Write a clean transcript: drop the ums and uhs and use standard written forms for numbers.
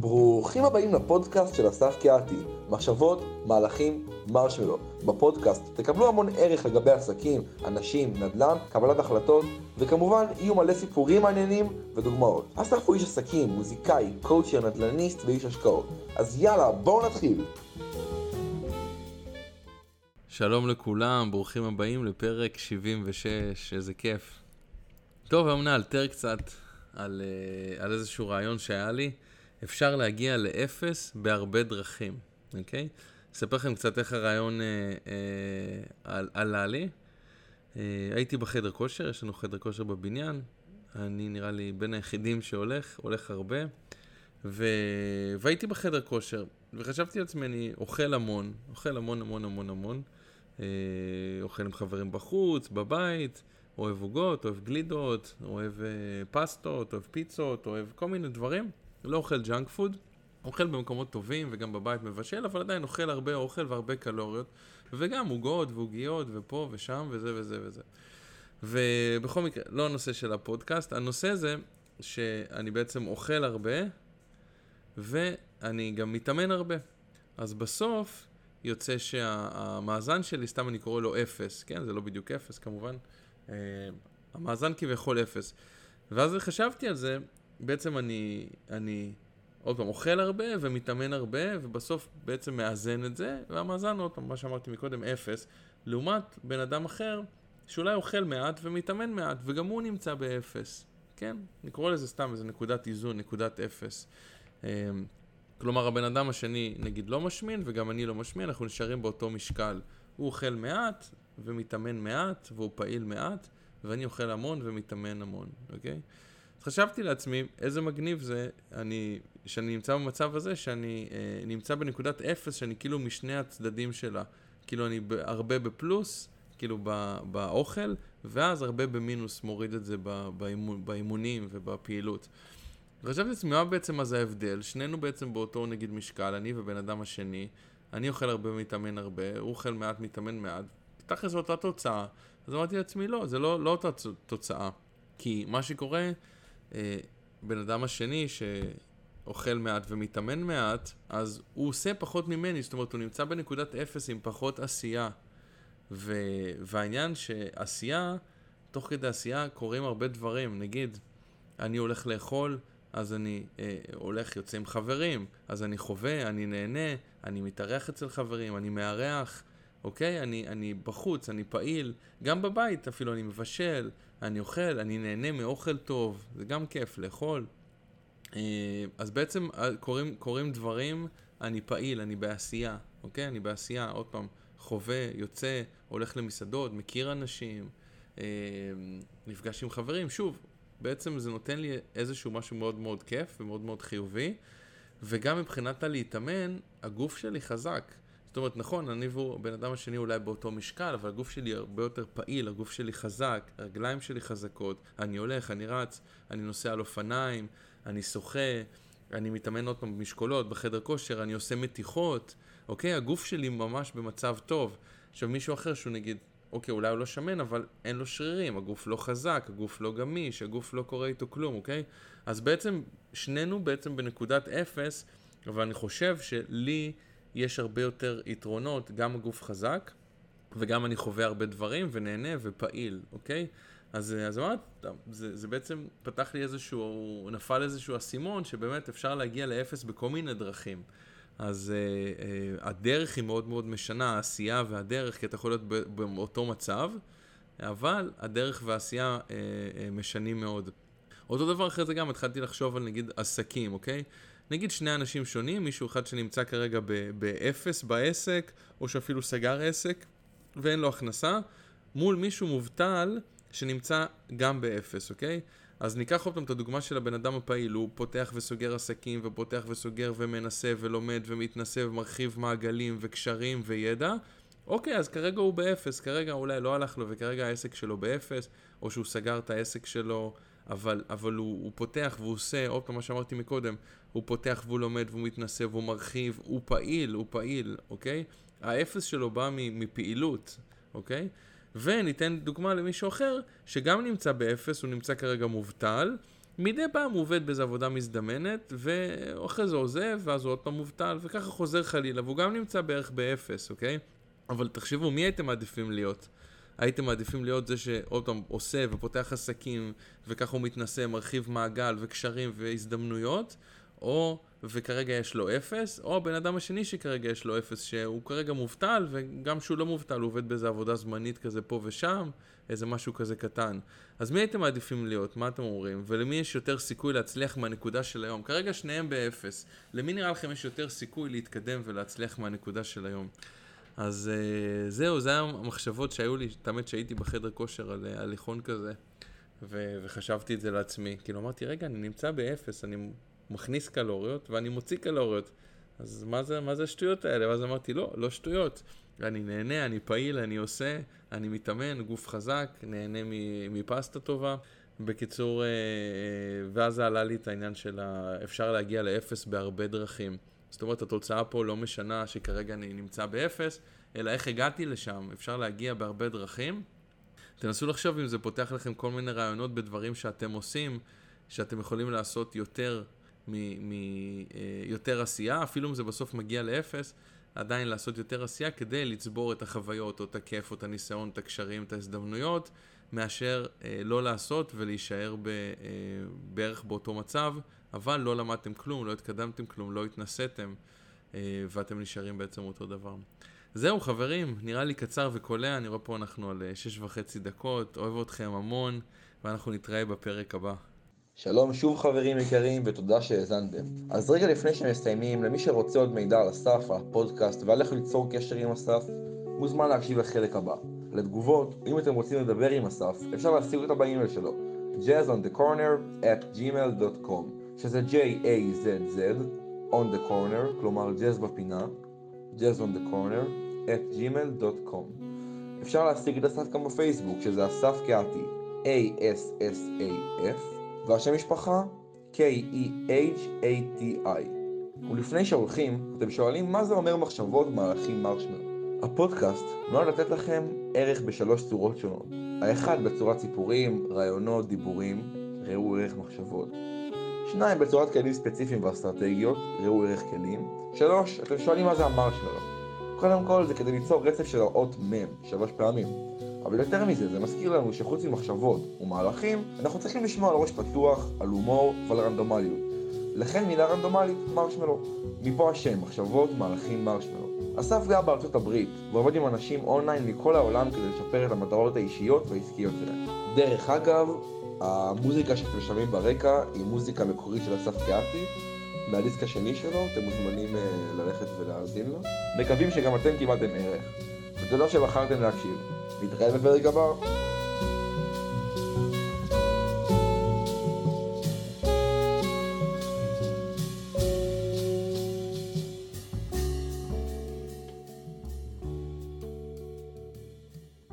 ברוכים הבאים לפודקאסט של אסף קיאתי, מחשבות, מהלכים, מרשמלו. בפודקאסט תקבלו המון ערך לגבי עסקים, אנשים, נדל"ן, קבלת החלטות, וכמובן יהיו מלא סיפורים מעניינים ודוגמאות. אסף הוא איש עסקים, מוזיקאי, קואוצ'ר, נדל"ניסט ואיש השקעות. אז יאללה, בואו נתחיל. שלום לכולם, ברוכים הבאים לפרק 76, איזה כיף. טוב, היום נאלתר קצת על איזשהו רעיון שהיה לי. אפשר להגיע לאפס בהרבה דרכים, אוקיי? אספר לכם קצת איך הרעיון עלה לי. הייתי בחדר כושר, יש לנו חדר כושר בבניין. אני נראה לי בין היחידים הולך הרבה. והייתי בחדר כושר, וחשבתי לעצמי, אני אוכל המון. אוכל עם חברים בחוץ, בבית, אוהב עוגות, אוהב גלידות, אוהב פסטות, אוהב פיצות, אוהב כל מיני דברים. לא אוכל ג'אנק פוד, אוכל במקומות טובים וגם בבית מבשל, אבל עדיין אוכל הרבה אוכל והרבה קלוריות, וגם עוגות ועוגיות ופה ושם וזה וזה וזה. ובכל מקרה, לא הנושא של הפודקאסט, הנושא זה שאני בעצם אוכל הרבה, ואני גם מתאמן הרבה. אז בסוף יוצא שהמאזן שלי, סתם אני קורא לו אפס, כן? זה לא בדיוק אפס כמובן. המאזן כביכול אפס. ואז חשבתי על זה, בעצם אני עוד פעם אוכל הרבה ומתאמן הרבה, ובסוף בעצם מאזן את זה, והמאזן עוד פעם, מה שאמרתי מקודם, אפס, לעומת בן אדם אחר, שאולי אוכל מעט ומתאמן מעט, וגם הוא נמצא באפס, כן? אני קורא לזה סתם איזה נקודת איזון, נקודת אפס. כלומר, הבן אדם השני, נגיד, לא משמין, וגם אני לא משמין, אנחנו נשארים באותו משקל. הוא אוכל מעט ומתאמן מעט, והוא פעיל מעט, ואני אוכל המון ומתאמן המון, אוקיי? אז חשבתי לעצמי, איזה מגניב זה, שאני נמצא במצב הזה, שאני נמצא בנקודת אפס, שאני כאילו משני הצדדים שלה. כאילו אני הרבה בפלוס, כאילו באוכל, ואז הרבה במינוס מוריד את זה באימונים ובפעילות. חשבתי לעצמי, מה בעצם אז ההבדל? שנינו בעצם באותו נגיד משקל, אני ובן אדם השני, אני אוכל הרבה ומתאמן הרבה, הוא אוכל מעט, מתאמן מעט, תכף זו אותה תוצאה. אז אמרתי לעצמי, לא, זה לא אותה תוצאה. כי מה שקורה, בן אדם השני שאוכל מעט ומתאמן מעט, אז הוא עושה פחות ממני, זאת אומרת, הוא נמצא בנקודת אפס עם פחות עשייה. והעניין שעשייה, תוך כדי עשייה קורים הרבה דברים. נגיד, אני הולך לאכול, אז אני יוצא עם חברים, אז אני חווה, אני נהנה, אני מתארח אצל חברים, אני מארח, אוקיי? אני בחוץ, אני פעיל, גם בבית אפילו אני מבשל, אני אוכל, אני נהנה מאוכל טוב, זה גם כיף לאכול. אז בעצם קורים דברים, אני פעיל, אני בעשייה, אוקיי? אני בעשייה, עוד פעם, חווה, יוצא, הולך למסעדות, מכיר אנשים, נפגש עם חברים, שוב, בעצם זה נותן לי איזשהו משהו מאוד מאוד כיף ומאוד מאוד חיובי, וגם מבחינת להתאמן, הגוף שלי חזק. זאת אומרת, נכון, אני ובן אדם השני אולי באותו משקל, אבל הגוף שלי הרבה יותר פעיל, הגוף שלי חזק, הרגליים שלי חזקות, אני הולך, אני רץ, אני נוסע על אופניים, אני שוחה, אני מתאמן עוד פעם במשקולות, בחדר כושר, אני עושה מתיחות, אוקיי? הגוף שלי ממש במצב טוב. עכשיו מישהו אחר שהוא נגיד, אוקיי, אולי הוא לא שמן, אבל אין לו שרירים, הגוף לא חזק, הגוף לא גמיש, הגוף לא קורה איתו כלום, אוקיי? אז בעצם, שנינו בעצם בנקודת אפס, אבל אני חושב שלי יש הרבה יותר יתרונות, גם הגוף חזק, וגם אני חווה הרבה דברים, ונהנה ופעיל, אוקיי? אז אמרת, זה בעצם פתח לי נפל איזשהו אסימון, שבאמת אפשר להגיע לאפס בכל מיני דרכים. אז הדרך היא מאוד מאוד משנה, העשייה והדרך, כי אתה יכול להיות באותו מצב, אבל הדרך והעשייה משנים מאוד. אותו דבר אחרי זה גם התחלתי לחשוב על נגיד עסקים, אוקיי? נגיד שני אנשים שונים, מישהו אחד שנמצא כרגע באפס בעסק, או שאפילו סגר עסק, ואין לו הכנסה, מול מישהו מובטל שנמצא גם באפס, אוקיי? אז ניקח אותם את הדוגמה של הבן אדם הפעיל, הוא פותח וסוגר עסקים, ופותח וסוגר ומנסה ולומד ומתנסה ומרחיב מעגלים וקשרים וידע. אוקיי, אז כרגע הוא באפס, כרגע אולי לא הלך לו, וכרגע העסק שלו באפס, או שהוא סגר את העסק שלו, אבל הוא פותח והוא עושה, עוד פעם מה שאמרתי מקודם, הוא פותח והוא לומד והוא מתנסה והוא מרחיב, הוא פעיל, אוקיי? האפס שלו בא מפעילות, אוקיי? וניתן דוגמה למישהו אחר, שגם נמצא באפס, הוא נמצא כרגע מובטל, מדי פעם הוא עובד באיזו עבודה מזדמנת, ואחרי זה עוזב, ואז הוא עוד פעם מובטל, וככה חוזר חלילה, והוא גם נמצא בערך באפס, אוקיי? אבל תחשבו, מי הייתם מעדיפים להיות? הייתם מעדיפים להיות זה שעוד פעם עושה ופותח עסקים, וככה הוא מתנסה, מרחיב מעגל וקשרים והזדמנויות, או וכרגע יש לו אפס, או הבן אדם השני שכרגע יש לו אפס, שהוא כרגע מובטל, וגם שהוא לא מובטל, הוא עובד באיזו עבודה זמנית כזה פה ושם, איזה משהו כזה קטן. אז מי הייתם מעדיפים להיות? מה אתם אומרים? ולמי יש יותר סיכוי להצליח מהנקודה של היום? כרגע שניהם באפס. למי נראה לכם יש יותר סיכוי להתקדם ולהצליח מהנקודה של היום? אז זהו, זה המחשבות שהיו לי, תמיד שהייתי בחדר כושר על הליכון כזה, וחשבתי את זה לעצמי. כאילו אמרתי, רגע, אני נמצא באפס, אני מכניס קלוריות ואני מוציא קלוריות. אז מה זה השטויות האלה? ואז אמרתי, לא שטויות. אני נהנה, אני פעיל, אני עושה, אני מתאמן, גוף חזק, נהנה מפסטה טובה. בקיצור, ואז עלה לי את העניין של אפשר להגיע לאפס בהרבה דרכים. זאת אומרת, התוצאה פה לא משנה שכרגע אני נמצא באפס, אלא איך הגעתי לשם. אפשר להגיע בהרבה דרכים. תנסו לחשוב אם זה פותח לכם כל מיני רעיונות בדברים שאתם עושים, שאתם יכולים לעשות יותר עשייה, אפילו אם זה בסוף מגיע לאפס, עדיין לעשות יותר עשייה כדי לצבור את החוויות, או את הכיף, או את הניסיון, את הקשרים, את ההזדמנויות, מאשר לא לעשות ולהישאר בערך באותו מצב, אבל לא למדתם כלום, לא התקדמתם כלום, לא התנסיתם, ואתם נשארים בעצם אותו דבר. זהו חברים, נראה לי קצר וקולע, אני רואה פה אנחנו על 6.5 דקות, אוהב אתכם המון, ואנחנו נתראה בפרק הבא. שלום שוב חברים יקרים ותודה שהאזנתם. אז רגע לפני שמסיימים, למי שרוצה עוד מידע על אסף, על הפודקאסט ועל איך ליצור קשר עם אסף, מוזמן להקשיב לחלק הבא. לתגובות, אם אתם רוצים לדבר עם אסף, אפשר להשיג אותה באימייל שלו, jazzonthecorner@gmail.com, שזה J-A-Z-Z, on the corner, כלומר jazz בפינה, jazzonthecorner@gmail.com. אפשר להשיג את אסף גם בפייסבוק, שזה אסף קהתי, A-S-S-A-F, והשם משפחה, K-E-H-A-T-I. ולפני שהולכים, אתם שואלים מה זה אומר מחשבות מהלכים מרשמלו. הפודקאסט נועד לתת לכם ערך בשלוש צורות שונות. האחד בצורת סיפורים, רעיונות, דיבורים, ראו ערך מחשבות. 2 בצורת כלים ספציפיים ואסטרטגיות, ראו ערך כלים. 3 אתם שואלים מה זה המרשמלו. קודם כל זה כדי ליצור רצף של האות מם 3 פעמים. אבל יותר מזה, זה מזכיר לנו שחוץ ממחשבות ומהלכים, אנחנו צריכים לשמוע על ראש פתוח, על הומור ועל רנדומליות. לכן מילה רנדומלית, מרשמלו. מפה השם, מחשבות, מהלכים, מרשמלו. אסף גר בארצות הברית, ועובד עם אנשים אונליין מכל העולם כדי לשפר את המטרות האישיות והעסקיות שלהם. דרך אגב, המוזיקה שאתם שומעים ברקע היא מוזיקה מקורית של אסף קהתי, מהדיסק השני שלו, אתם מוזמנים ללכת ולהאזין לו. מקווים שגם אתם קיבלתם ערך. ותודה שבחרתם להקשיב. נתראה בפרק הבא.